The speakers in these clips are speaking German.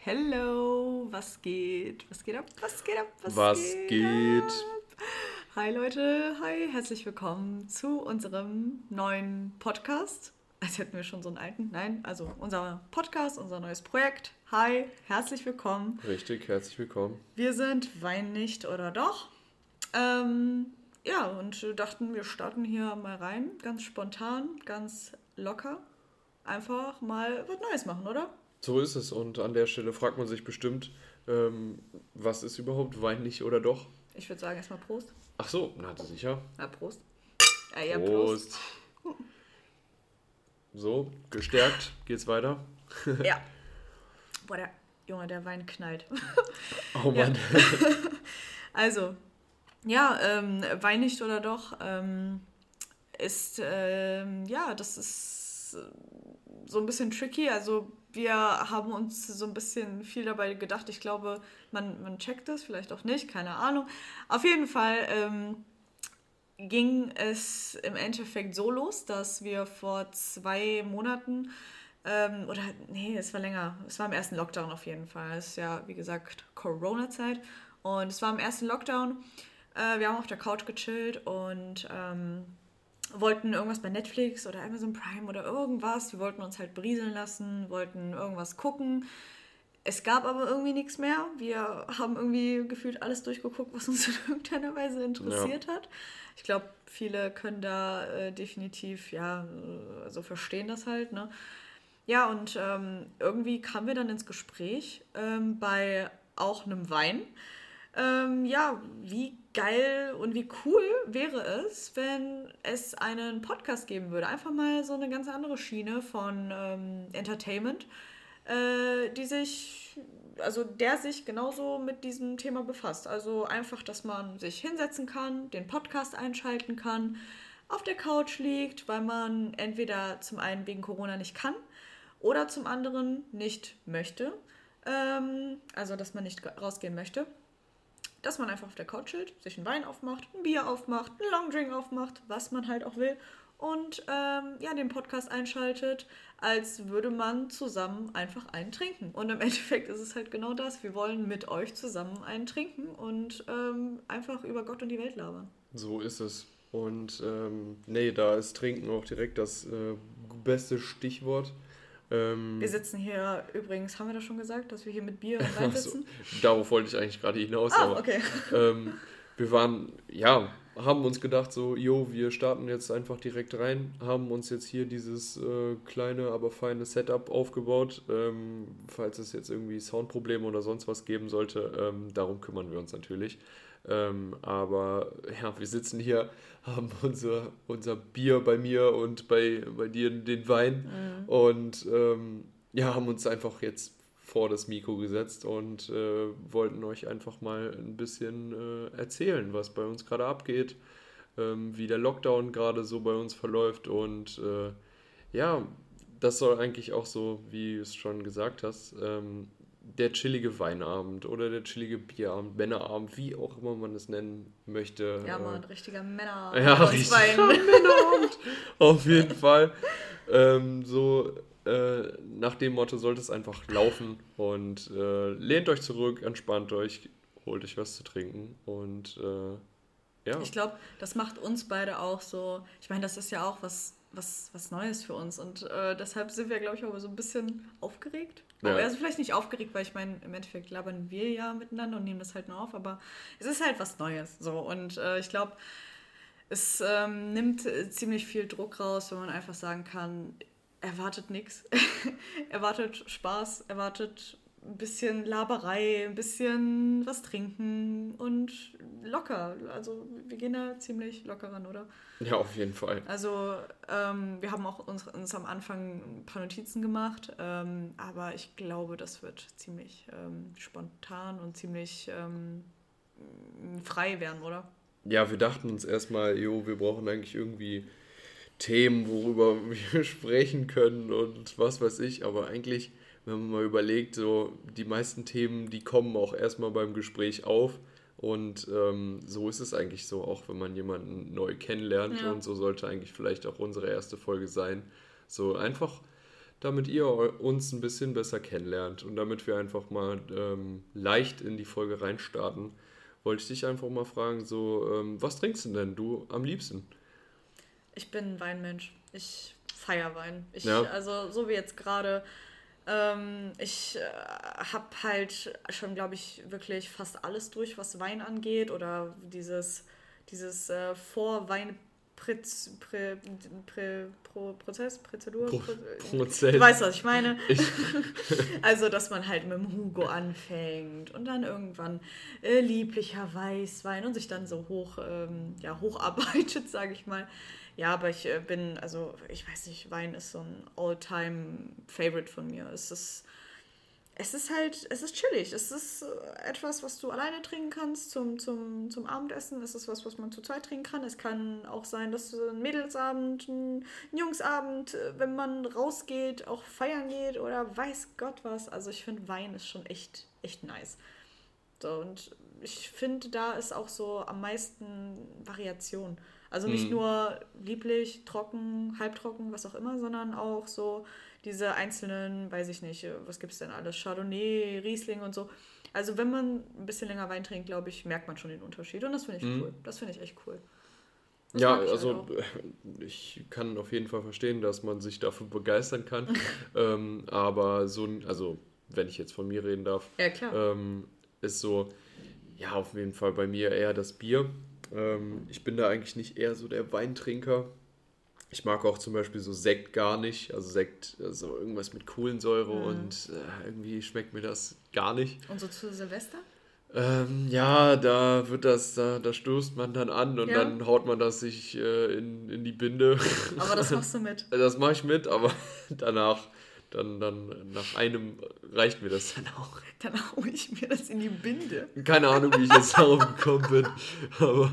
Hello, was geht? Was geht ab? Was geht? Hi Leute, hi, herzlich willkommen zu unserem neuen Podcast. Als hätten wir schon so einen alten. Nein, also unser Podcast, unser neues Projekt. Hi, herzlich willkommen. Richtig, herzlich willkommen. Wir sind Wein nicht oder doch. Ja, und dachten, wir starten hier mal rein, ganz spontan, ganz locker. Einfach mal was Neues machen, oder? So ist es. Und an der Stelle fragt man sich bestimmt, was ist überhaupt weinlich oder doch? Ich würde sagen, erstmal Prost. Ach so, na sicher. Ja, Prost. Ja, Prost. So, gestärkt, geht's weiter. Ja. Boah, der Junge, der Wein knallt. Oh Mann. Ja. Also, ja, Wein nicht oder doch ist, ja, das ist so ein bisschen tricky. Also wir haben uns so ein bisschen viel dabei gedacht. Ich glaube, man checkt das, vielleicht auch nicht, keine Ahnung. Auf jeden Fall ging es im Endeffekt so los, dass wir vor 2 Monaten, oder nee, es war länger, es war im ersten Lockdown auf jeden Fall. Es ist ja, wie gesagt, Corona-Zeit. Und es war im ersten Lockdown. Wir haben auf der Couch gechillt und wollten irgendwas bei Netflix oder Amazon Prime oder irgendwas. Wir wollten uns halt berieseln lassen, wollten irgendwas gucken. Es gab aber irgendwie nichts mehr. Wir haben irgendwie gefühlt alles durchgeguckt, was uns in irgendeiner Weise interessiert hat. Ich glaube, viele können da definitiv, ja, also verstehen das halt, ne? Ja, und irgendwie kamen wir dann ins Gespräch bei auch einem Wein. Ja, wie geil und wie cool wäre es, wenn es einen Podcast geben würde. Einfach mal so eine ganz andere Schiene von Entertainment, der sich genauso mit diesem Thema befasst. Also einfach, dass man sich hinsetzen kann, den Podcast einschalten kann, auf der Couch liegt, weil man entweder zum einen wegen Corona nicht kann oder zum anderen nicht möchte. Also, dass man nicht rausgehen möchte. Dass man einfach auf der Couch chillt, sich einen Wein aufmacht, ein Bier aufmacht, einen Longdrink aufmacht, was man halt auch will. Und ja, den Podcast einschaltet, als würde man zusammen einfach einen trinken. Und im Endeffekt ist es halt genau das. Wir wollen mit euch zusammen einen trinken und einfach über Gott und die Welt labern. So ist es. Und nee, da ist Trinken auch direkt das beste Stichwort. Wir sitzen hier übrigens, haben wir das schon gesagt, dass wir hier mit Bier und Wein sitzen? Darauf wollte ich eigentlich gerade hinaus. Ah, okay. Wir waren, ja, haben uns gedacht so, wir starten jetzt einfach direkt rein, haben uns jetzt hier dieses kleine, aber feine Setup aufgebaut. Falls es jetzt irgendwie Soundprobleme oder sonst was geben sollte, darum kümmern wir uns natürlich. Aber ja, wir sitzen hier, haben unser Bier bei mir und bei dir den Wein und ja, haben uns einfach jetzt vor das Mikro gesetzt und wollten euch einfach mal ein bisschen erzählen, was bei uns gerade abgeht, wie der Lockdown gerade so bei uns verläuft und ja, das soll eigentlich auch so, wie du es schon gesagt hast, der chillige Weinabend oder der chillige Bierabend, Männerabend, wie auch immer man es nennen möchte. Ja, Mann, richtiger Männerabend. Ja, richtiger Männerabend. Auf jeden Fall. Nach dem Motto sollte es einfach laufen und lehnt euch zurück, entspannt euch, holt euch was zu trinken und ja. Ich glaube, das macht uns beide auch so, ich meine, das ist ja auch was Neues für uns und deshalb sind wir, glaube ich, auch so ein bisschen aufgeregt. Ja. Also vielleicht nicht aufgeregt, weil ich meine, im Endeffekt labern wir ja miteinander und nehmen das halt nur auf, aber es ist halt was Neues. So. Und ich glaube, es nimmt ziemlich viel Druck raus, wenn man einfach sagen kann, erwartet nichts. Erwartet Spaß, erwartet ein bisschen Laberei, ein bisschen was trinken und locker. Also wir gehen da ziemlich locker ran, oder? Ja, auf jeden Fall. Also wir haben auch uns am Anfang ein paar Notizen gemacht, aber ich glaube, das wird ziemlich spontan und ziemlich frei werden, oder? Ja, wir dachten uns erstmal, wir brauchen eigentlich irgendwie Themen, worüber wir sprechen können und was weiß ich, aber eigentlich, wenn man mal überlegt, so die meisten Themen, die kommen auch erstmal beim Gespräch auf und so ist es eigentlich so, auch wenn man jemanden neu kennenlernt und so sollte eigentlich vielleicht auch unsere erste Folge sein, so einfach damit ihr uns ein bisschen besser kennenlernt und damit wir einfach mal leicht in die Folge reinstarten, wollte ich dich einfach mal fragen, so, was trinkst denn du am liebsten? Ich bin ein Weinmensch. Ich feiere Wein. Ja, Also so wie jetzt gerade, ich habe halt schon, glaube ich, wirklich fast alles durch, was Wein angeht oder dieses Vorwein Prozess, Prozedur, Pro du Prozess. weißt, was ich meine. Ich, Also, dass man halt mit dem Hugo anfängt und dann irgendwann lieblicher Weißwein und sich dann so hocharbeitet, sage ich mal. Ja, aber also ich weiß nicht, Wein ist so ein All-Time-Favorite von mir. Es ist chillig. Es ist etwas, was du alleine trinken kannst zum Abendessen. Es ist was man zu zweit trinken kann. Es kann auch sein, dass ein Mädelsabend, ein Jungsabend, wenn man rausgeht, auch feiern geht oder weiß Gott was. Also ich finde, Wein ist schon echt nice. So, und ich finde, da ist auch so am meisten Variation. Also nicht hm, nur lieblich, trocken, halbtrocken, was auch immer, sondern auch so diese einzelnen, weiß ich nicht, was gibt es denn alles? Chardonnay, Riesling und so. Also wenn man ein bisschen länger Wein trinkt, glaube ich, merkt man schon den Unterschied. Und das finde ich hm. cool. Das finde ich echt cool. Das Ja, mag ich halt also auch. ich kann auf jeden Fall verstehen, dass man sich dafür begeistern kann. Aber also wenn ich jetzt von mir reden darf, Ja, klar. ist so, ja, auf jeden Fall bei mir eher das Bier. Ich bin da eigentlich nicht eher so der Weintrinker. Ich mag auch zum Beispiel so Sekt gar nicht. Also Sekt, also irgendwas mit Kohlensäure und irgendwie schmeckt mir das gar nicht. Und so zu Silvester? Ja, da stoßt man dann an und Ja. dann haut man das sich in die Binde. Aber das machst du mit. Das mache ich mit, aber danach, dann nach einem reicht mir das dann auch. Dann haue ich mir das in die Binde. Keine Ahnung, wie ich jetzt darauf gekommen bin, aber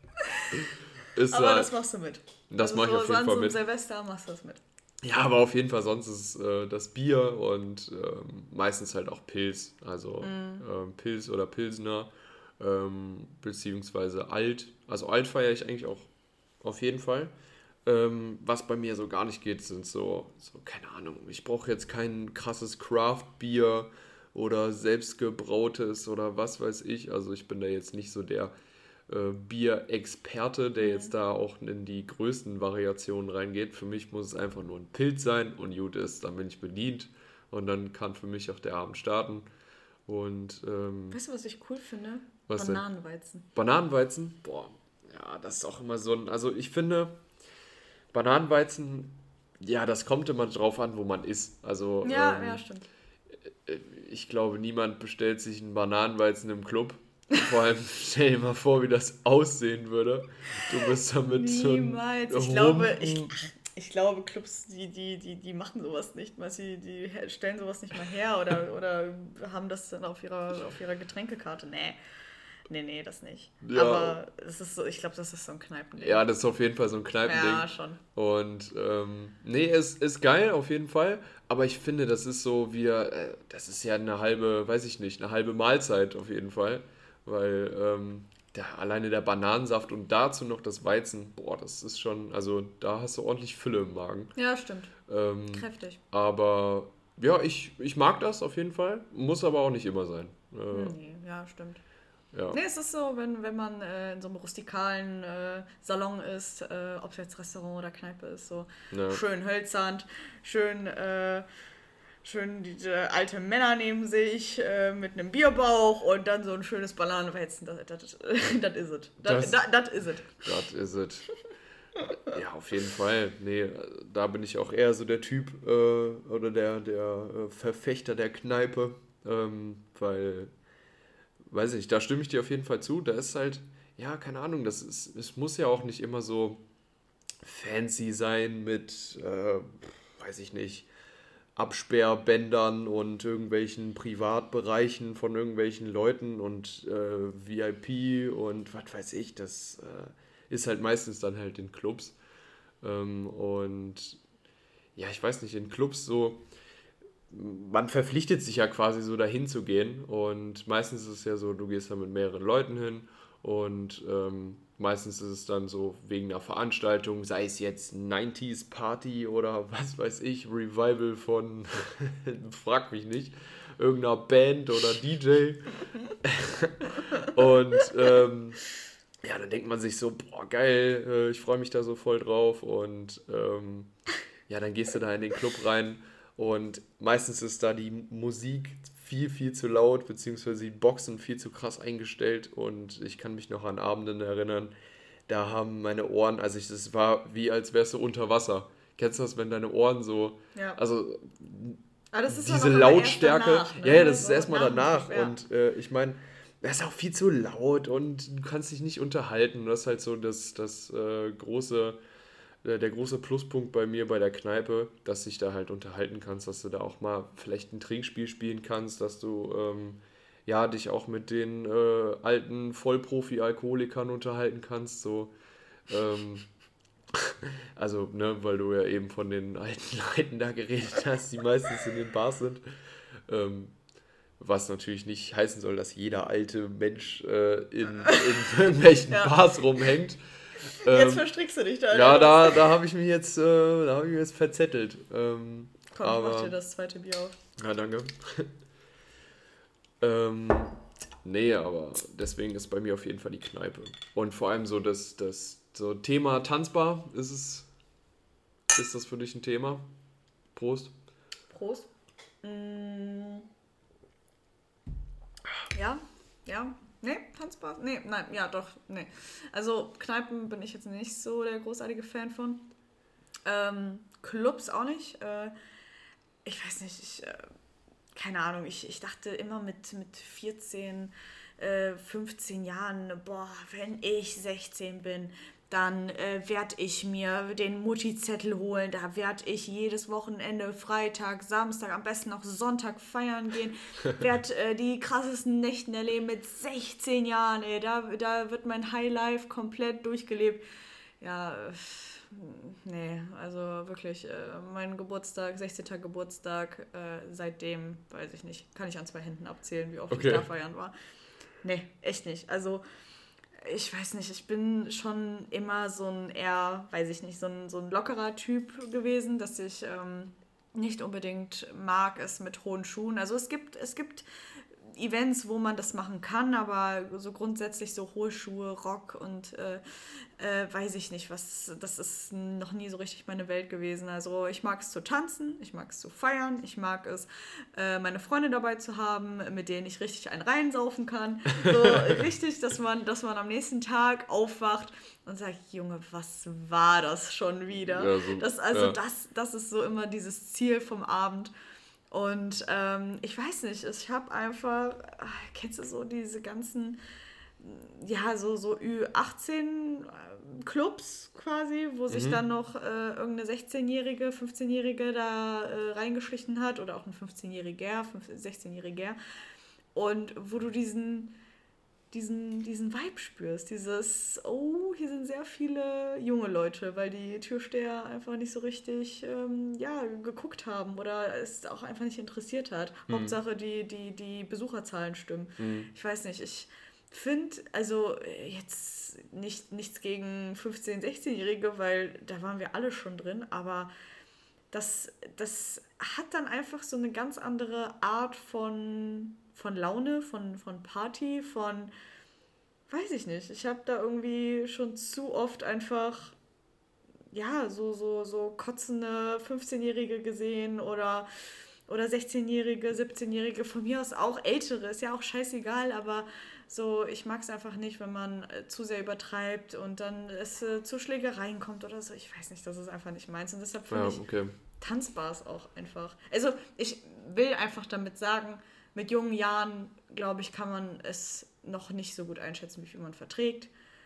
ist Aber halt, das machst du mit. das Also mache ich auf so jeden an Fall so einem mit. Silvester machst du das mit. Ja, aber auf jeden Fall sonst ist das Bier und meistens halt auch Pils, also Pils oder Pilsner, beziehungsweise Alt. Also Alt feiere ich eigentlich auch auf jeden Fall. Was bei mir so gar nicht geht, sind so keine Ahnung, ich brauche jetzt kein krasses Craft-Bier oder selbstgebrautes oder was weiß ich. Also ich bin da jetzt nicht so der Bierexperte, der jetzt da auch in die größten Variationen reingeht. Für mich muss es einfach nur ein Pilz sein und gut ist, dann bin ich bedient und dann kann für mich auch der Abend starten. Und Weißt du, was ich cool finde? was denn? Bananenweizen. Bananenweizen? Boah, ja, das ist auch immer so ein. Also ich finde, Bananenweizen, ja, das kommt immer drauf an, wo man ist. Also Ja, ja, stimmt. ich glaube, niemand bestellt sich einen Bananenweizen im Club. Vor allem, stell dir mal vor, wie das aussehen würde. Du bist da mit so einem Niemals. Humpen. Ich glaube, Clubs, die machen sowas nicht. Die stellen sowas nicht mal her oder haben das dann auf ihrer Getränkekarte. Nee, das nicht. Ja, Aber es ist so, ich glaube, das ist so ein Kneipending. ja, das ist auf jeden Fall so ein Kneipending. Ja, schon. Und nee, es ist geil auf jeden Fall. Aber ich finde, das ist so wieder, das ist ja eine halbe, weiß ich nicht, eine halbe Mahlzeit auf jeden Fall. Weil alleine der Bananensaft und dazu noch das Weizen, boah, das ist schon, also da hast du ordentlich Fülle im Magen. Ja, stimmt. Ähm, Kräftig. aber ja, ich mag das auf jeden Fall. Muss aber auch nicht immer sein. Nee, ja, stimmt. Ja, Nee, es ist so, wenn man in so einem rustikalen Salon ist, ob es jetzt Restaurant oder Kneipe ist, so ja. schön hölzern, schön diese alte Männer neben sich mit einem Bierbauch und dann so ein schönes Bananenweizen. Das is it. Das is it. Das ist es. Ja, auf jeden Fall. Nee, da bin ich auch eher so der Typ oder der Verfechter der Kneipe. Weil, weiß ich, da stimme ich dir auf jeden Fall zu. Da ist halt, ja, keine Ahnung, es muss ja auch nicht immer so fancy sein mit, weiß ich nicht, Absperrbändern und irgendwelchen Privatbereichen von irgendwelchen Leuten und VIP und was weiß ich, das ist halt meistens dann halt in Clubs. Und ja, ich weiß nicht, in Clubs so, man verpflichtet sich ja quasi so dahin zu gehen und meistens ist es ja so, du gehst da mit mehreren Leuten hin und meistens ist es dann so wegen einer Veranstaltung, sei es jetzt 90s Party oder was weiß ich, Revival von, frag mich nicht, irgendeiner Band oder DJ. Und ja, dann denkt man sich so, boah, geil, ich freue mich da so voll drauf. Und ja, dann gehst du da in den Club rein und meistens ist da die Musik viel, viel zu laut, beziehungsweise die Boxen viel zu krass eingestellt. Und ich kann mich noch an Abenden erinnern, da haben meine Ohren, also es war wie als wärst du unter Wasser. Kennst du das, wenn deine Ohren so, Ja. also Aber das ist ja diese noch immer erst Lautstärke, danach, ne? ja, das ist So erstmal nach dem danach. Club, ja. Und ich meine, das ist auch viel zu laut und du kannst dich nicht unterhalten. Das ist halt so der große Pluspunkt bei mir bei der Kneipe, dass dich da halt unterhalten kannst, dass du da auch mal vielleicht ein Trinkspiel spielen kannst, dass du ja, dich auch mit den alten Vollprofi-Alkoholikern unterhalten kannst, so also, ne, weil du ja eben von den alten Leuten da geredet hast, die meistens in den Bars sind. Ähm, Was natürlich nicht heißen soll, dass jeder alte Mensch in irgendwelchen Ja. Bars rumhängt. Jetzt verstrickst du dich da. Ja, oder was? da habe ich mich jetzt verzettelt. Komm, ich mach dir das zweite Bier auf. Ja, danke. Nee, aber deswegen ist bei mir auf jeden Fall die Kneipe. Und vor allem so das so Thema Tanzbar, ist das für dich ein Thema? Prost. Prost. Ja, nee, tanzbar, nee, nein, ja, doch, nee. Also Kneipen bin ich jetzt nicht so der großartige Fan von. Clubs auch nicht. Ich weiß nicht, keine Ahnung, ich dachte immer mit 14, 15 Jahren, boah, wenn ich 16 bin, dann werde ich mir den Mutti-Zettel holen, da werde ich jedes Wochenende, Freitag, Samstag, am besten auch Sonntag feiern gehen, werde die krassesten Nächten erleben mit 16 Jahren, ey, da wird mein Highlife komplett durchgelebt. Ja, nee, also wirklich, mein Geburtstag, 16. Geburtstag, seitdem, weiß ich nicht, kann ich an 2 Händen abzählen, wie oft ich da feiern war. Nee, echt nicht. Also, ich weiß nicht, ich bin schon immer so ein eher, weiß ich nicht, so ein lockerer Typ gewesen, dass ich nicht unbedingt mag es mit hohen Schuhen. Also es gibt Events, wo man das machen kann, aber so grundsätzlich so hohe Schuhe, Rock und weiß ich nicht, das ist noch nie so richtig meine Welt gewesen. Also ich mag es zu tanzen, ich mag es zu feiern, ich mag es, meine Freunde dabei zu haben, mit denen ich richtig einen reinsaufen kann. So richtig, dass man am nächsten Tag aufwacht und sagt, Junge, was war das schon wieder? Ja, so, das ist so immer dieses Ziel vom Abend. Und ich weiß nicht, ich habe einfach, kennst du so diese ganzen, ja, so Ü18 Clubs quasi, wo sich dann noch irgendeine 16-Jährige, 15-Jährige da reingeschlichen hat oder auch ein 15-Jähriger, 16-Jähriger und wo du diesen Vibe spürst, dieses, oh, hier sind sehr viele junge Leute, weil die Türsteher einfach nicht so richtig geguckt haben oder es auch einfach nicht interessiert hat. Hauptsache die Besucherzahlen stimmen. Ich weiß nicht, ich finde, also jetzt nichts gegen 15-, 16-Jährige, weil da waren wir alle schon drin, aber das hat dann einfach so eine ganz andere Art von Laune, von Party, weiß ich nicht. Ich habe da irgendwie schon zu oft einfach, ja, so kotzende 15-Jährige gesehen oder 16-Jährige, 17-Jährige, von mir aus auch ältere, ist ja auch scheißegal, aber so, ich mag es einfach nicht, wenn man zu sehr übertreibt und dann es zu Schlägereien kommt oder so. Ich weiß nicht, das ist einfach nicht meins und deshalb finde ich Tanzbars auch einfach. Also ich will einfach damit sagen, mit jungen Jahren, glaube ich, kann man es noch nicht so gut einschätzen, wie viel man verträgt,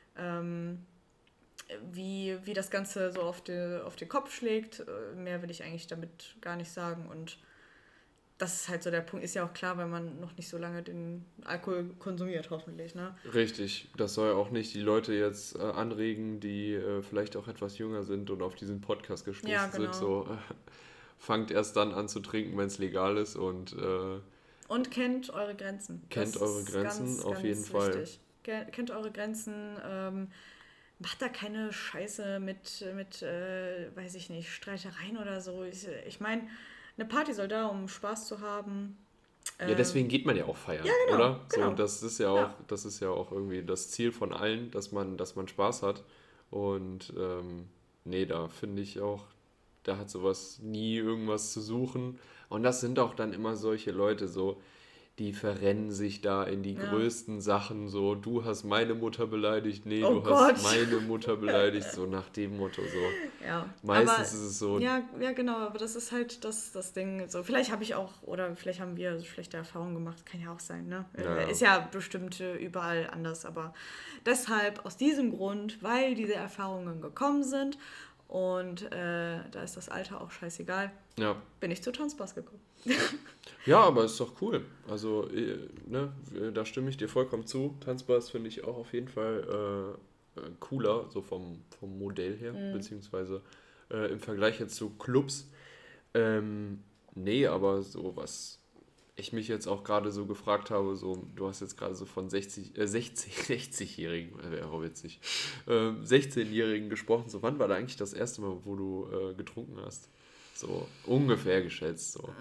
wie das Ganze so auf den Kopf schlägt. Mehr will ich eigentlich damit gar nicht sagen und das ist halt so der Punkt, ist ja auch klar, weil man noch nicht so lange den Alkohol konsumiert, hoffentlich, ne? Richtig, das soll auch nicht die Leute jetzt anregen, die vielleicht auch etwas jünger sind und auf diesen Podcast gestoßen sind, so fangt erst dann an zu trinken, wenn es legal ist und kennt eure Grenzen. Kennt eure Grenzen, auf jeden Fall. Kennt eure Grenzen, macht da keine Scheiße mit weiß ich nicht, Streitereien oder so. Ich meine, eine Party soll da, um Spaß zu haben. Ja, deswegen geht man ja auch feiern, Ja, genau, oder? So, genau. Ja. das ist ja auch irgendwie das Ziel von allen, dass man Spaß hat. Und nee, da finde ich auch, da hat sowas nie irgendwas zu suchen. Und das sind auch dann immer solche Leute so, die verrennen sich da in die Ja. größten Sachen, so, du hast meine Mutter beleidigt, nee, Oh du hast Gott. meine Mutter beleidigt, so nach dem Motto, so. Ja, aber Meistens ist es so, ja, ja, genau, aber das ist halt das Ding. So, vielleicht habe ich auch, oder vielleicht haben wir so schlechte Erfahrungen gemacht, kann ja auch sein, ne? naja, Ist ja bestimmt überall anders, aber deshalb, aus diesem Grund, weil diese Erfahrungen gekommen sind und da ist das Alter auch scheißegal, ja. bin ich zu Tanzbass gekommen. Ja, aber ist doch cool. Also, ne, da stimme ich dir vollkommen zu. Tanzbass finde ich auch auf jeden Fall cooler, so vom Modell her, beziehungsweise im Vergleich jetzt zu Clubs. Nee, aber so was ich mich jetzt auch gerade so gefragt habe, so, du hast jetzt gerade so von 60-Jährigen, wäre auch witzig, 16-Jährigen gesprochen. So, wann war da eigentlich das erste Mal, wo du getrunken hast? So ungefähr geschätzt, so.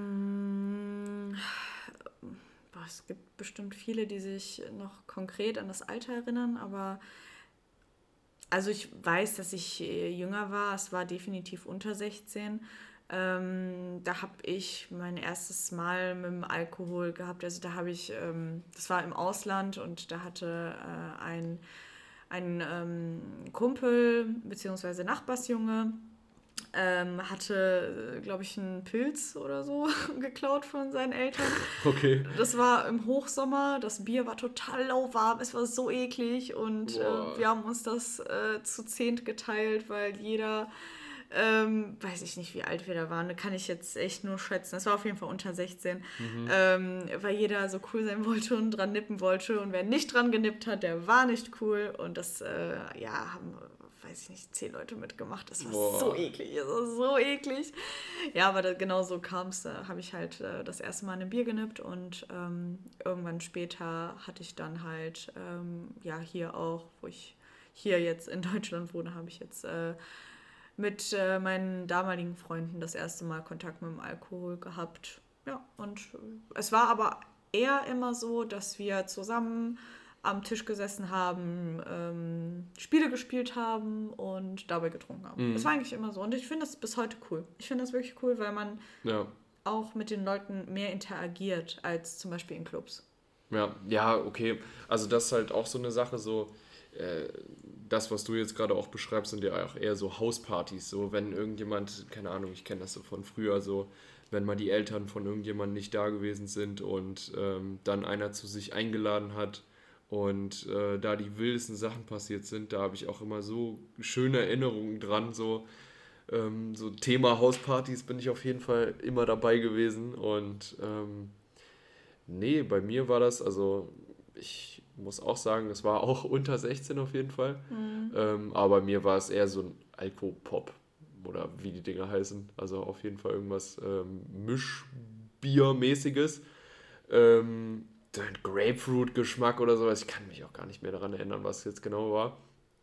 Boah, es gibt bestimmt viele, die sich noch konkret an das Alter erinnern, aber also ich weiß, dass ich jünger war. Es war definitiv unter 16. Da habe ich mein erstes Mal mit dem Alkohol gehabt. Also da habe ich, das war im Ausland und da hatte ein Kumpel bzw. Nachbarsjunge hatte, glaube ich, einen Pilz oder so geklaut von seinen Eltern. Okay. Das war im Hochsommer, das Bier war total lauwarm, es war so eklig und Boah. wir haben uns das zu 10 geteilt, weil jeder, weiß ich nicht, wie alt wir da waren, kann ich jetzt echt nur schätzen. Es war auf jeden Fall unter 16, Mhm. weil jeder so cool sein wollte und dran nippen wollte und wer nicht dran genippt hat, der war nicht cool und das, ja, haben weiß ich nicht, 10 Leute mitgemacht. Das war so Boah. eklig, es war so eklig. Ja, aber genau so kam es. Da habe ich halt das erste Mal ein Bier genippt und irgendwann später hatte ich dann halt, ja, hier auch, wo ich hier jetzt in Deutschland wohne, habe ich jetzt mit meinen damaligen Freunden das erste Mal Kontakt mit dem Alkohol gehabt. Ja, und es war aber eher immer so, dass wir zusammen am Tisch gesessen haben, Spiele gespielt haben und dabei getrunken haben. Das Mhm. war eigentlich immer so. Und ich finde das bis heute cool. Ich finde das wirklich cool, weil man Ja. auch mit den Leuten mehr interagiert als zum Beispiel in Clubs. Ja, ja, okay. Also das ist halt auch so eine Sache, so äh, das, was du jetzt gerade auch beschreibst, sind ja auch eher so Hauspartys. So, wenn irgendjemand, keine Ahnung, ich kenne das so von früher, so wenn mal die Eltern von irgendjemandem nicht da gewesen sind und dann einer zu sich eingeladen hat und da die wildesten Sachen passiert sind, da habe ich auch immer so schöne Erinnerungen dran. So Thema Hauspartys bin ich auf jeden Fall immer dabei gewesen und nee, bei mir war das, also ich muss auch sagen, es war auch unter 16 auf jeden Fall. Aber bei mir war es eher so ein Alkopop oder wie die Dinger heißen. Also auf jeden Fall irgendwas Mischbiermäßiges. Ein Grapefruit-Geschmack oder sowas. Ich kann mich auch gar nicht mehr daran erinnern, was jetzt genau war.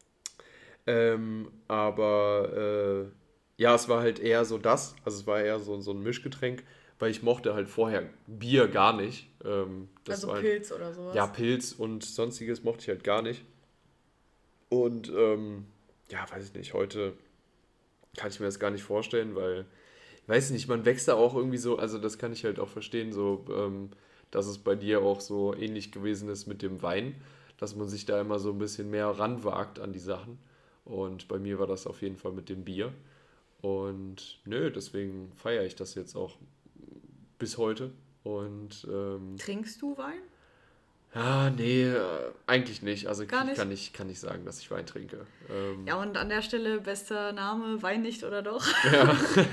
Aber ja, es war halt eher so das. Also es war eher so ein Mischgetränk, weil ich mochte halt vorher Bier gar nicht. Das Also war halt, Pilz oder ja, sowas. Pilz und sonstiges mochte ich halt gar nicht. Und ja, weiß ich nicht, heute kann ich mir das gar nicht vorstellen, weil, ich weiß nicht, man wächst da auch irgendwie so, also das kann ich halt auch verstehen, so, dass es bei dir auch so ähnlich gewesen ist mit dem Wein, dass man sich da immer so ein bisschen mehr ranwagt an die Sachen. Und bei mir war das auf jeden Fall mit dem Bier. Und nö, deswegen feiere ich das jetzt auch bis heute. Und Trinkst du Wein? ja, nee, eigentlich nicht. Also Gar ich nicht. kann nicht sagen, dass ich Wein trinke. Ja, und an der Stelle bester Name, Wein nicht oder doch? Ja.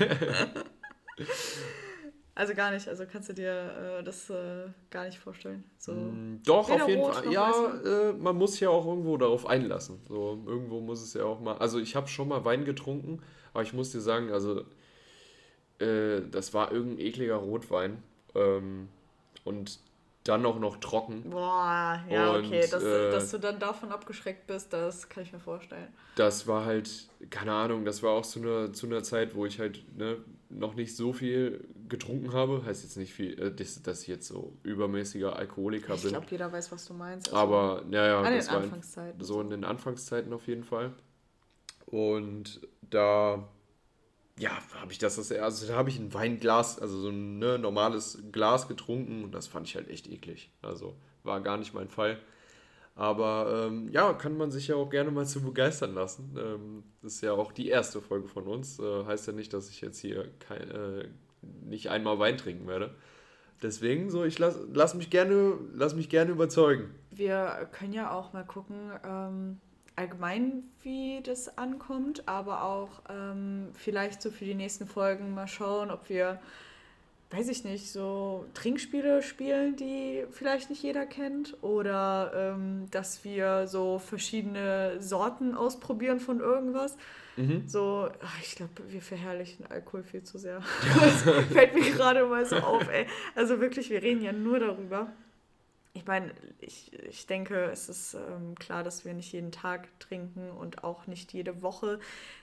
Also gar nicht, also kannst du dir das gar nicht vorstellen. So Doch, auf weder jeden Rot Fall. noch Ja, Weißwein. man muss sich ja auch irgendwo darauf einlassen. So, irgendwo muss es ja auch mal. Also ich habe schon mal Wein getrunken, aber ich muss dir sagen, also das war irgendein ekliger Rotwein. Und dann auch noch trocken. Boah, ja, und, okay, dass du dann davon abgeschreckt bist, das kann ich mir vorstellen. Das war halt, keine Ahnung, das war auch zu einer Zeit, wo ich halt noch nicht so viel getrunken habe. Heißt jetzt nicht viel, dass ich jetzt so übermäßiger Alkoholiker bin. Ich glaube, jeder weiß, was du meinst. Also aber, naja, das war so in den Anfangszeiten auf jeden Fall. Und da, ja, habe ich da habe ich ein Weinglas, also so ein normales Glas getrunken und das fand ich halt echt eklig. Also war gar nicht mein Fall. Aber ja, kann man sich ja auch gerne mal zu begeistern lassen. Das ist ja auch die erste Folge von uns. Heißt ja nicht, dass ich jetzt hier nicht einmal Wein trinken werde. Deswegen, so, ich lass mich gerne überzeugen. Wir können ja auch mal gucken, allgemein, wie das ankommt, aber auch vielleicht so für die nächsten Folgen mal schauen, ob wir, weiß ich nicht, so Trinkspiele spielen, die vielleicht nicht jeder kennt, oder dass wir so verschiedene Sorten ausprobieren von irgendwas. So, ich glaube, wir verherrlichen Alkohol viel zu sehr. Das fällt mir gerade mal so auf, ey. Also wirklich, wir reden ja nur darüber. Ich meine, ich denke, es ist klar, dass wir nicht jeden Tag trinken und auch nicht jede Woche.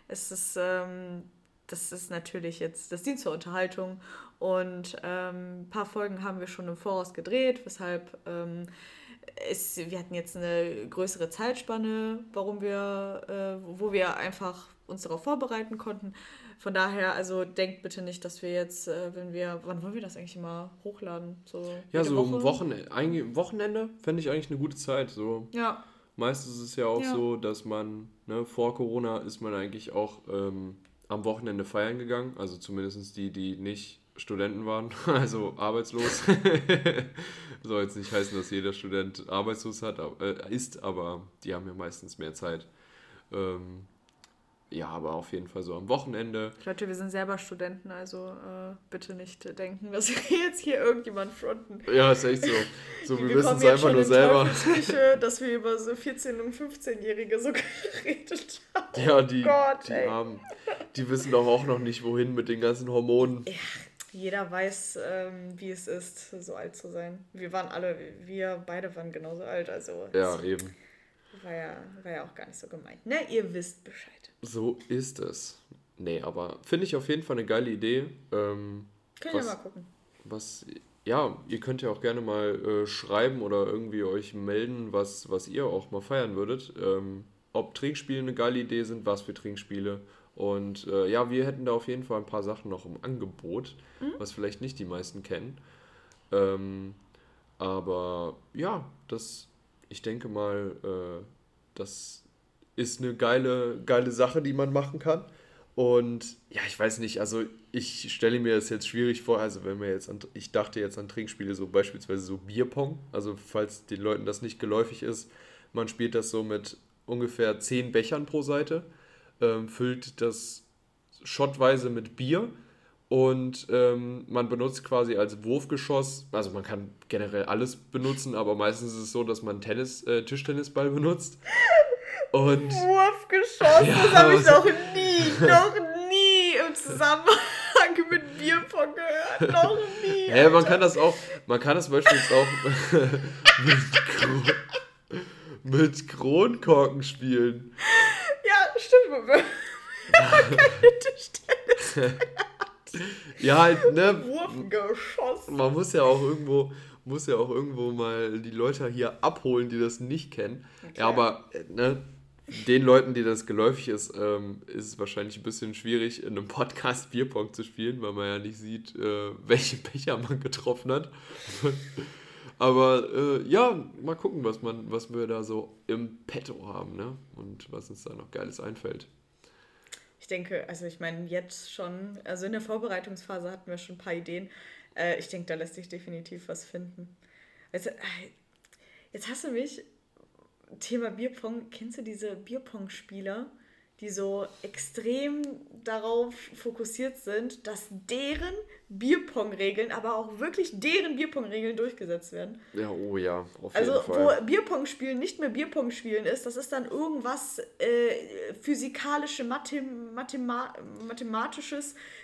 Das ist natürlich jetzt, das dient zur Unterhaltung und ein paar Folgen haben wir schon im Voraus gedreht, weshalb wir hatten jetzt eine größere Zeitspanne, wo wir einfach uns darauf vorbereiten konnten. Von daher, also denkt bitte nicht, dass wir jetzt, wann wollen wir das eigentlich immer hochladen? So ja, so am Wochenende fände ich eigentlich eine gute Zeit. So. Ja. Meistens ist es ja auch so, dass man, vor Corona ist man eigentlich auch am Wochenende feiern gegangen. Also zumindest die nicht Studenten waren, also arbeitslos. Soll jetzt nicht heißen, dass jeder Student arbeitslos ist, aber die haben ja meistens mehr Zeit. Ja, aber auf jeden Fall so am Wochenende. Leute, wir sind selber Studenten, also bitte nicht denken, dass wir jetzt hier irgendjemand fronten. Ja, ist echt so. Wir wissen es einfach nur selber. Dass wir über so 14- und 15-Jährige so geredet haben. Ja, die wissen doch auch noch nicht, wohin mit den ganzen Hormonen. Ja, jeder weiß, wie es ist, so alt zu sein. Wir beide waren genauso alt, also. Ja, eben. War ja auch gar nicht so gemeint. Ne, ihr wisst Bescheid. So ist es. Nee, aber finde ich auf jeden Fall eine geile Idee. Können wir mal gucken. Ihr könnt ja auch gerne mal schreiben oder irgendwie euch melden, was ihr auch mal feiern würdet. Ob Trinkspiele eine geile Idee sind, was für Trinkspiele. Und wir hätten da auf jeden Fall ein paar Sachen noch im Angebot, was vielleicht nicht die meisten kennen. Aber ja, ich denke mal, das ist eine geile Sache, die man machen kann. Und ja, ich weiß nicht, also ich stelle mir das jetzt schwierig vor, also ich dachte jetzt an Trinkspiele, so beispielsweise so Bierpong, also falls den Leuten das nicht geläufig ist, man spielt das so mit ungefähr 10 Bechern pro Seite, füllt das schottweise mit Bier und man benutzt quasi als Wurfgeschoss, also man kann generell alles benutzen, aber meistens ist es so, dass man Tischtennisball benutzt. Und Wurfgeschoss, das habe ich noch nie im Zusammenhang mit Bierpong gehört. Noch nie. Ja, man kann das beispielsweise auch mit Kronkorken spielen. Ja, stimmt. Man kann Tischtennis. Ja, halt, ne? Wurfgeschoss. Man muss ja auch irgendwo mal die Leute hier abholen, die das nicht kennen. Okay. Ja, aber den Leuten, die das geläufig ist, ist es wahrscheinlich ein bisschen schwierig, in einem Podcast Bierpong zu spielen, weil man ja nicht sieht, welche Becher man getroffen hat. Aber mal gucken, was wir da so im Petto haben, ne? Und was uns da noch Geiles einfällt. Ich denke, also ich meine jetzt schon, also in der Vorbereitungsphase hatten wir schon ein paar Ideen. Ich denke, da lässt sich definitiv was finden. Also, jetzt hast du mich, Thema Bierpong, kennst du diese Bierpong-Spieler, die so extrem darauf fokussiert sind, dass deren Bierpong-Regeln, aber auch wirklich deren Bierpong-Regeln durchgesetzt werden? Ja, auf jeden Fall. Also, wo Bierpong-Spielen nicht mehr Bierpong-Spielen ist, das ist dann irgendwas physikalische, mathematisches,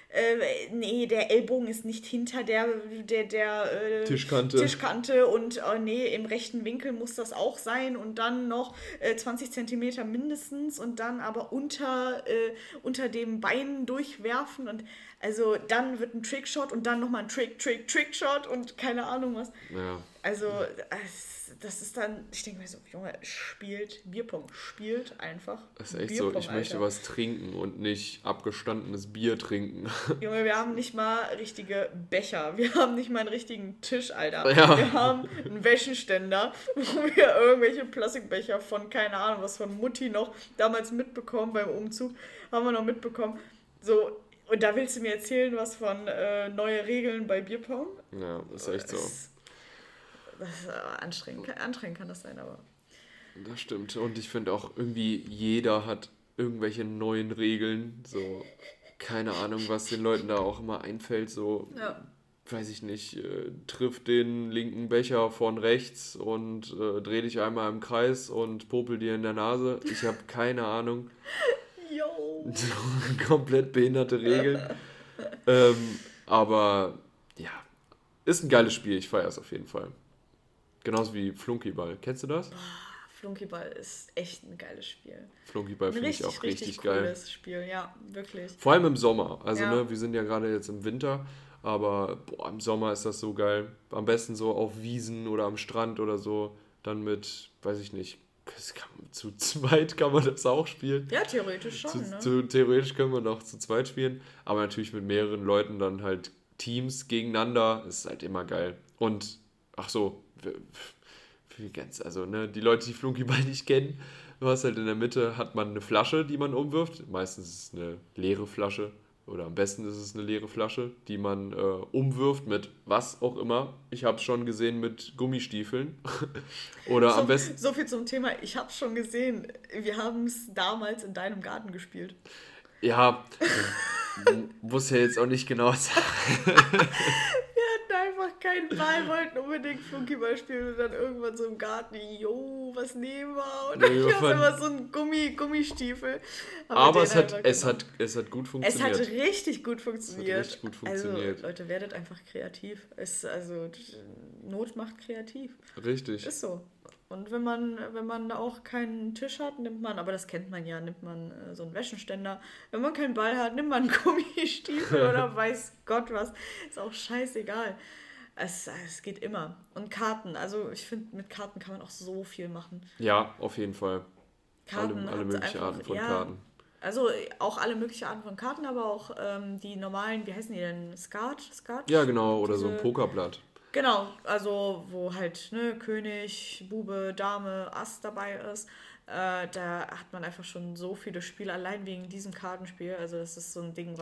nee, der Ellbogen ist nicht hinter der Tischkante und nee, im rechten Winkel muss das auch sein und dann noch 20 Zentimeter mindestens und dann aber unter dem Bein durchwerfen und also dann wird ein Trickshot und dann nochmal ein Trickshot und keine Ahnung was. Ja. Also das ist dann, ich denke mir so, Junge, spielt Bierpong, spielt einfach Das ist echt Bierpong, so, ich möchte Alter. was trinken und nicht abgestandenes Bier trinken. Junge, wir haben nicht mal richtige Becher. Wir haben nicht mal einen richtigen Tisch, Alter. Ja. Wir haben einen Wäscheständer, wo wir irgendwelche Plastikbecher von, keine Ahnung, was von Mutti noch damals mitbekommen beim Umzug, haben wir noch mitbekommen. So, und da willst du mir erzählen, was von neue Regeln bei Bierpong? Ja, ist echt so. Das ist anstrengend. Anstrengend kann das sein, aber... Das stimmt. Und ich finde auch irgendwie, jeder hat irgendwelche neuen Regeln. So, keine Ahnung, was den Leuten da auch immer einfällt. So, Ja. weiß ich nicht, triff den linken Becher von rechts und dreh dich einmal im Kreis und popel dir in der Nase. Ich habe keine Ahnung. Yo. Komplett behinderte Regeln. Aber ja, ist ein geiles Spiel. Ich feiere es auf jeden Fall. Genauso wie Flunkyball. Kennst du das? Flunkyball ist echt ein geiles Spiel. Flunkyball finde ich auch richtig geil. Cooles Spiel, ja, wirklich. Vor allem im Sommer. Also, Ja. ne, wir sind ja gerade jetzt im Winter, aber boah, im Sommer ist das so geil. Am besten so auf Wiesen oder am Strand oder so. Dann mit, weiß ich nicht, zu zweit kann man das auch spielen. Ja, theoretisch schon, ne? Theoretisch können wir noch zu zweit spielen, aber natürlich mit mehreren Leuten dann halt Teams gegeneinander. Ist halt immer geil. Und, ach so, also ne, die Leute, die Flunkyball nicht kennen, du hast halt in der Mitte, hat man eine Flasche, die man umwirft. Meistens ist es eine leere Flasche oder am besten ist es eine leere Flasche, die man umwirft mit was auch immer. Ich habe es schon gesehen mit Gummistiefeln. Oder am besten... So viel zum Thema, ich hab's schon gesehen. Wir haben es damals in deinem Garten gespielt. Ja, muss ja jetzt auch nicht genau sagen. Wir hatten einfach keinen Ball, wollten unbedingt Flunkyball spielen und dann irgendwann so im Garten, jo, was nehmen wir? Und dann Nee, gab es immer so einen Gummistiefel. Aber den einfach es hat gut Es funktioniert. hat richtig gut funktioniert. richtig gut funktioniert. Also, Leute, werdet einfach kreativ. Not macht kreativ. Richtig. Ist so. Und wenn man auch keinen Tisch hat, nimmt man, aber das kennt man ja, nimmt man so einen Wäscheständer. Wenn man keinen Ball hat, nimmt man einen Gummistiefel oder weiß Gott was. Ist auch scheißegal. Es geht immer. Und Karten. Also ich finde, mit Karten kann man auch so viel machen. Ja, auf jeden Fall. Karten Alle hat möglichen einfach, Arten von ja, Karten. also auch alle möglichen Arten von Karten, aber auch die normalen, wie heißen die denn? Skat? Ja, genau, oder so ein Diese- Pokerblatt. Genau, also wo halt ne, König, Bube, Dame, Ass dabei ist. Da hat man einfach schon so viele Spiele, allein wegen diesem Kartenspiel. Also das ist so ein Ding,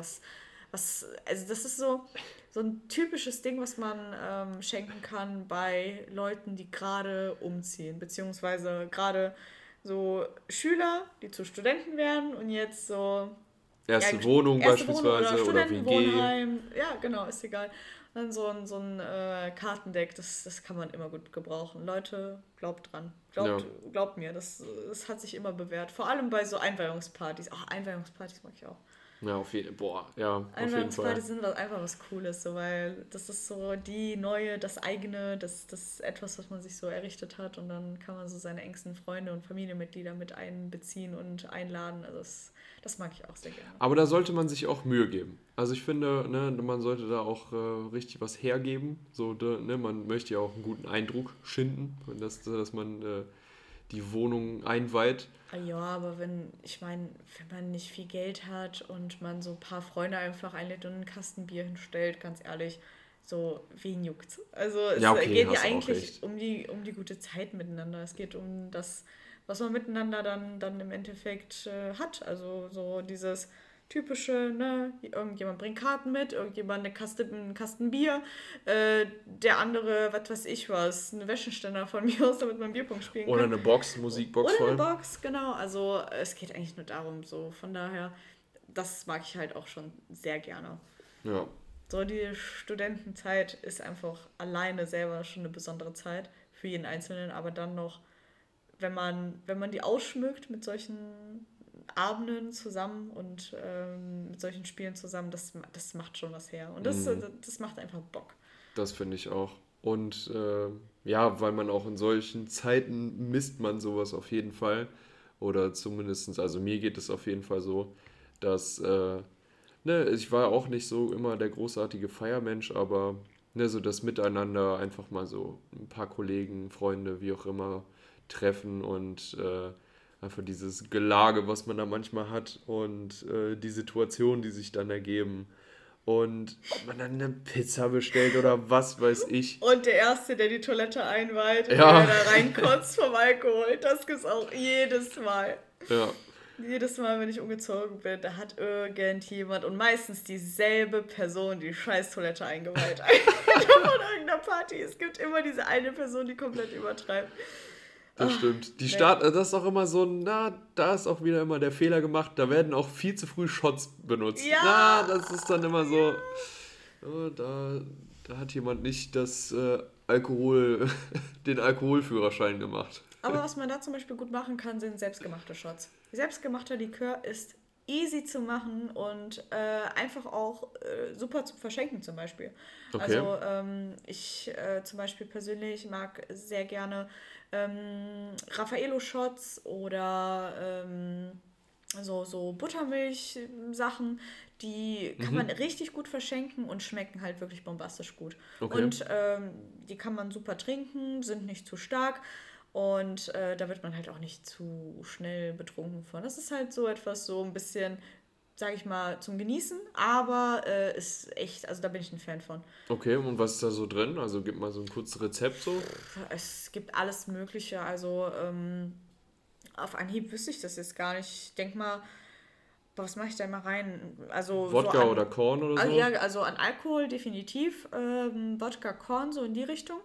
also das ist so ein typisches Ding, was man schenken kann bei Leuten, die gerade umziehen, beziehungsweise gerade so Schüler, die zu Studenten werden und jetzt so Erste ja, Wohnung erste Wohnung beispielsweise oder WG. Studentenwohnheim. Ja, genau, ist egal. Dann so ein Kartendeck, das kann man immer gut gebrauchen. Leute, glaubt dran. Glaubt mir, das hat sich immer bewährt. Vor allem bei so Einweihungspartys. Ach, Einweihungspartys mag ich auch. Ja, auf jeden Fall. Auf jeden Fall. Einweihungspartys sind einfach was Cooles, so, weil das ist so das eigene, das etwas, was man sich so errichtet hat und dann kann man so seine engsten Freunde und Familienmitglieder mit einbeziehen und einladen. Also das mag ich auch sehr gerne. Aber da sollte man sich auch Mühe geben. Also ich finde, ne, man sollte da auch richtig was hergeben. So, ne, man möchte ja auch einen guten Eindruck schinden, dass man die Wohnung einweiht. Ja, aber wenn man nicht viel Geld hat und man so ein paar Freunde einfach einlädt und einen Kasten Bier hinstellt, ganz ehrlich, so, wen juckt's? Also es Ja, okay, geht ja hast du auch eigentlich recht. um die gute Zeit miteinander. Es geht um das, was man miteinander dann im Endeffekt hat. Also so dieses typische, ne, irgendjemand bringt Karten mit, irgendjemand einen Kasten Bier, der andere, was weiß ich was, eine Wäscheständer von mir aus, damit man Bierpong spielen Oder kann. eine Box, Musikbox Oder eine voll. Box, genau. Also es geht eigentlich nur darum, so von daher, das mag ich halt auch schon sehr gerne. Ja. So die Studentenzeit ist einfach alleine selber schon eine besondere Zeit für jeden Einzelnen, aber dann noch, wenn man die ausschmückt mit solchen Abenden zusammen und mit solchen Spielen zusammen, das macht schon was her. Und das macht einfach Bock. Das finde ich auch. Und ja, weil man auch in solchen Zeiten misst man sowas auf jeden Fall. Oder zumindestens, also mir geht es auf jeden Fall so, dass, ne, ich war auch nicht so immer der großartige Feiermensch, aber ne, so das Miteinander, einfach mal so ein paar Kollegen, Freunde, wie auch immer, treffen und einfach dieses Gelage, was man da manchmal hat und die Situationen, die sich dann ergeben. Und ob man dann eine Pizza bestellt oder was weiß ich. Und der Erste, der die Toilette einweiht und Ja. der da reinkotzt vom Alkohol, das gibt's auch jedes Mal. Ja, Jedes Mal, wenn ich umgezogen bin, da hat irgendjemand und meistens dieselbe Person die scheiß Toilette eingeweiht. Von irgendeiner Party. Es gibt immer diese eine Person, die komplett übertreibt. das stimmt. Die Start, das ist auch immer so, na, da ist auch wieder immer der Fehler gemacht, da werden auch viel zu früh Shots benutzt. Ja. Na, das ist dann immer so, oh, da hat jemand nicht das den Alkoholführerschein gemacht. Aber was man da zum Beispiel gut machen kann, sind selbstgemachte Shots. Selbstgemachter Likör ist easy zu machen und einfach auch super zu verschenken zum Beispiel. Okay. Also ich zum Beispiel persönlich mag sehr gerne Raffaello-Shots oder so Buttermilch-Sachen, die kann man richtig gut verschenken und schmecken halt wirklich bombastisch gut. Okay. Und die kann man super trinken, sind nicht zu stark und da wird man halt auch nicht zu schnell betrunken von. Das ist halt so etwas so ein bisschen, sag ich mal, zum Genießen, aber ist echt, also da bin ich ein Fan von. Okay, und was ist da so drin? Also gib mal so ein kurzes Rezept so. Es gibt alles Mögliche, also auf Anhieb wüsste ich das jetzt gar nicht. Ich denke mal, was mache ich da mal rein? Also Wodka so an, oder Korn oder so? ja, also an Alkohol definitiv. Wodka, Korn, so in die Richtung.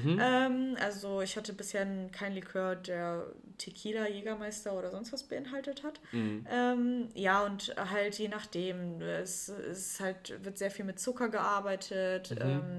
Also ich hatte bisher keinen Likör, der Tequila, Jägermeister oder sonst was beinhaltet hat. Ja, und halt je nachdem. Es ist halt, wird sehr viel mit Zucker gearbeitet.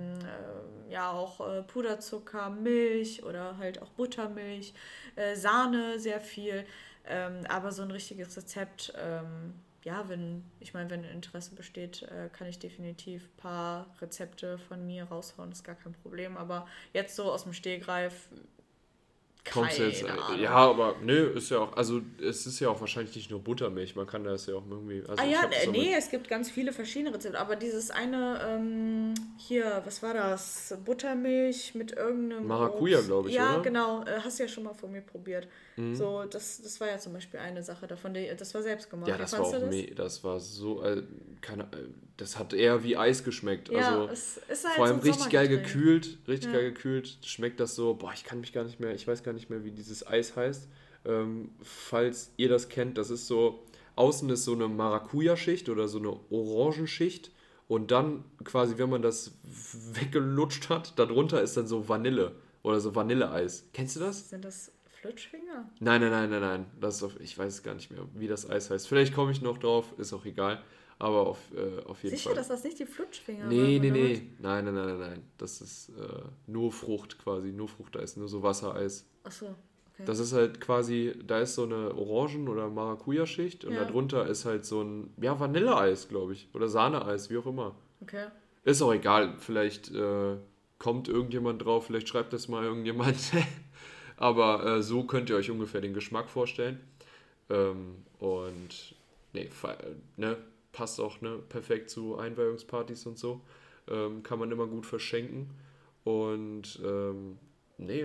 Ja, auch Puderzucker, Milch oder halt auch Buttermilch, Sahne sehr viel. Aber so ein richtiges Rezept, ja, wenn Interesse besteht, kann ich definitiv ein paar Rezepte von mir raushauen, ist gar kein Problem. Aber jetzt so aus dem Stegreif, Kommst du jetzt, keine Ahnung. ja, aber nö, ist ja auch, also es ist ja auch wahrscheinlich nicht nur Buttermilch, man kann das ja auch irgendwie, also ich Ja, hab das auch nee, es gibt ganz viele verschiedene Rezepte, aber dieses eine, hier, was war das? Buttermilch mit irgendeinem Maracuja, Obst. glaube ich, Ja, oder? genau, hast du ja schon mal von mir probiert. So, das war ja zum Beispiel eine Sache davon, das war selbst gemacht. Ja, Wie das war fandst auch, du das? das war so, das hat eher wie Eis geschmeckt, Ja, also es ist halt vor so allem ein richtig geil Sommergetränk. gekühlt, Ja. schmeckt das so, boah, ich weiß gar nicht mehr, wie dieses Eis heißt, falls ihr das kennt, das ist so, außen ist so eine Maracuja-Schicht oder so eine Orangenschicht und dann quasi, wenn man das weggelutscht hat, darunter ist dann so Vanille oder so Vanilleeis. Kennst du das? Sind das Flutschfinger? Nein. Ich weiß es gar nicht mehr, wie das Eis heißt. Vielleicht komme ich noch drauf, ist auch egal. Aber auf jeden Sicher, Fall. dass das nicht die Flutschfinger Nee. waren, oder Nein. Das ist nur Frucht quasi, nur Fruchteis, nur so Wassereis. was? Ach so, okay. Das ist halt quasi, da ist so eine Orangen- oder Maracuja-Schicht und Ja. darunter ist halt so ein, ja, Vanilleeis, glaube ich. Oder Sahneeis, wie auch immer. Okay. Ist auch egal, vielleicht kommt irgendjemand drauf, vielleicht schreibt das mal irgendjemand. Aber so könnt ihr euch ungefähr den Geschmack vorstellen. Und ne, passt auch perfekt zu Einweihungspartys und so. Kann man immer gut verschenken. Und nee,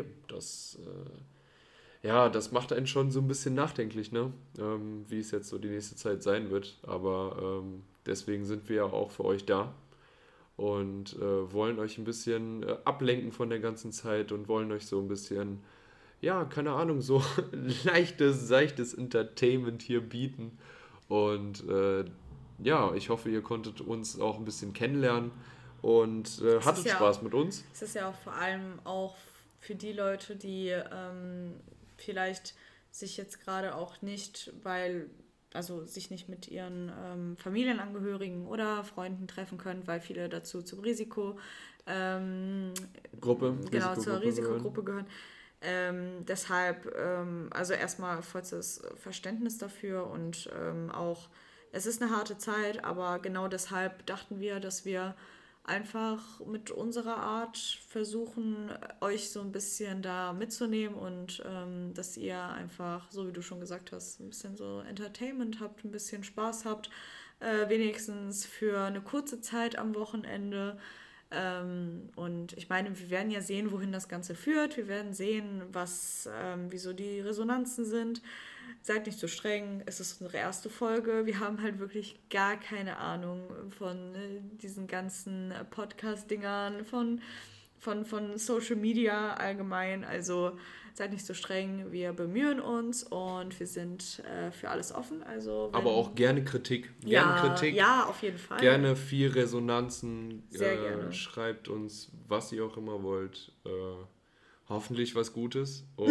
das macht einen schon so ein bisschen nachdenklich, ne? Wie es jetzt so die nächste Zeit sein wird. Aber deswegen sind wir ja auch für euch da und wollen euch ein bisschen ablenken von der ganzen Zeit und wollen euch so ein bisschen, ja, keine Ahnung, so leichtes, seichtes Entertainment hier bieten. Und ja, ich hoffe, ihr konntet uns auch ein bisschen kennenlernen und hattet Spaß mit uns. Es ist ja auch vor allem auch für die Leute, die vielleicht sich jetzt gerade auch nicht, sich nicht mit ihren Familienangehörigen oder Freunden treffen können, weil viele dazu zum Risikogruppe Gruppe, genau, zur Risikogruppe gehören. Deshalb, also erstmal vollstes Verständnis dafür und auch, es ist eine harte Zeit, aber genau deshalb dachten wir, dass wir einfach mit unserer Art versuchen, euch so ein bisschen da mitzunehmen und dass ihr einfach, so wie du schon gesagt hast, ein bisschen so Entertainment habt, ein bisschen Spaß habt, wenigstens für eine kurze Zeit am Wochenende. Und ich meine, wir werden ja sehen, wohin das Ganze führt. Wir werden sehen, wieso die Resonanzen sind. Seid nicht so streng. Es ist unsere erste Folge. Wir haben halt wirklich gar keine Ahnung von diesen ganzen Podcast-Dingern, von Social Media allgemein. Also seid nicht so streng. Wir bemühen uns und wir sind für alles offen. Also Aber auch gerne Kritik. Ja, auf jeden Fall. Gerne viel Resonanzen. Sehr gerne. Schreibt uns, was ihr auch immer wollt. Hoffentlich was Gutes. Und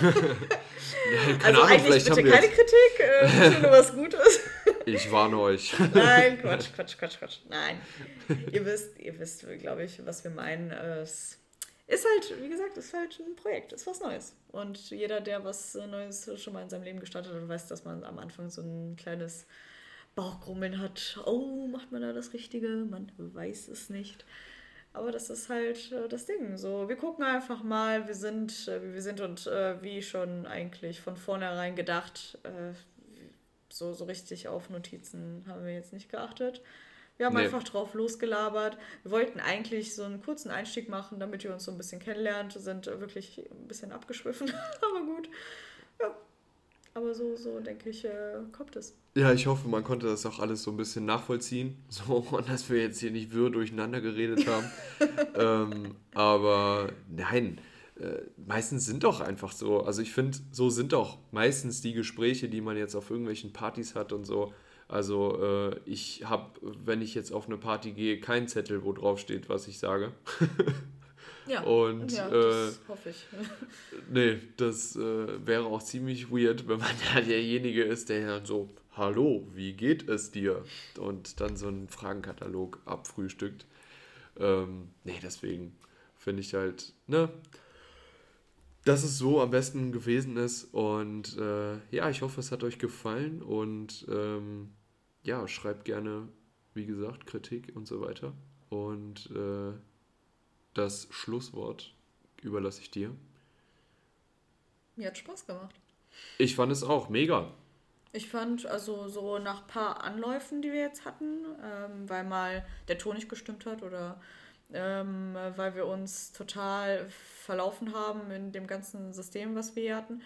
keine Ahnung, vielleicht bitte keine Kritik, bitte nur was Gutes. Ich warne euch. Nein, Quatsch. Nein. Ihr wisst, glaube ich, was wir meinen. Es ist halt, wie gesagt, ist halt ein Projekt, ist was Neues. Und jeder, der was Neues schon mal in seinem Leben gestartet hat, weiß, dass man am Anfang so ein kleines Bauchgrummeln hat. Oh, macht man da das Richtige? Man weiß es nicht. Aber das ist halt das Ding. So, wir gucken einfach mal, wir sind, wie wir sind und wie schon eigentlich von vornherein gedacht, so richtig auf Notizen haben wir jetzt nicht geachtet. Wir haben einfach drauf losgelabert. Wir wollten eigentlich so einen kurzen Einstieg machen, damit ihr uns so ein bisschen kennenlernt. Wir sind wirklich ein bisschen abgeschwiffen, aber gut. Ja, aber so denke ich, kommt es. Ja, ich hoffe, man konnte das auch alles so ein bisschen nachvollziehen. So, und dass wir jetzt hier nicht wirr durcheinander geredet haben. Aber nein, meistens sind doch einfach so. Also ich finde, so sind doch meistens die Gespräche, die man jetzt auf irgendwelchen Partys hat und so. Also ich habe, wenn ich jetzt auf eine Party gehe, keinen Zettel, wo drauf steht, was ich sage. Ja, und das hoffe ich. Nee, das wäre auch ziemlich weird, wenn man da derjenige ist, der dann so, hallo, wie geht es dir? Und dann so einen Fragenkatalog abfrühstückt. Nee, deswegen finde ich halt, ne, dass es so am besten gewesen ist. Und ja, ich hoffe, es hat euch gefallen. Und ja, schreibt gerne, wie gesagt, Kritik und so weiter. Und das Schlusswort überlasse ich dir. Mir hat Spaß gemacht. Ich fand es auch mega. Ich fand, also so nach ein paar Anläufen, die wir jetzt hatten, weil mal der Ton nicht gestimmt hat oder weil wir uns total verlaufen haben in dem ganzen System, was wir hier hatten,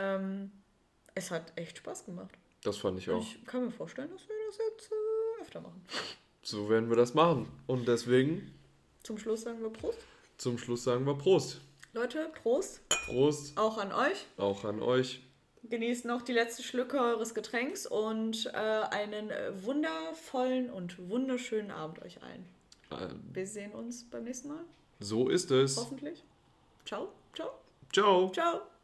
es hat echt Spaß gemacht. Das fand ich auch. Ich kann mir vorstellen, dass wir das jetzt öfter machen. So werden wir das machen. Und deswegen... Zum Schluss sagen wir Prost. Zum Schluss sagen wir Prost. Leute, Prost. Prost. Auch an euch. Auch an euch. Genießt noch die letzten Schlücke eures Getränks und einen wundervollen und wunderschönen Abend euch allen. Wir sehen uns beim nächsten Mal. So ist es. Hoffentlich. Ciao. Ciao. Ciao. Ciao.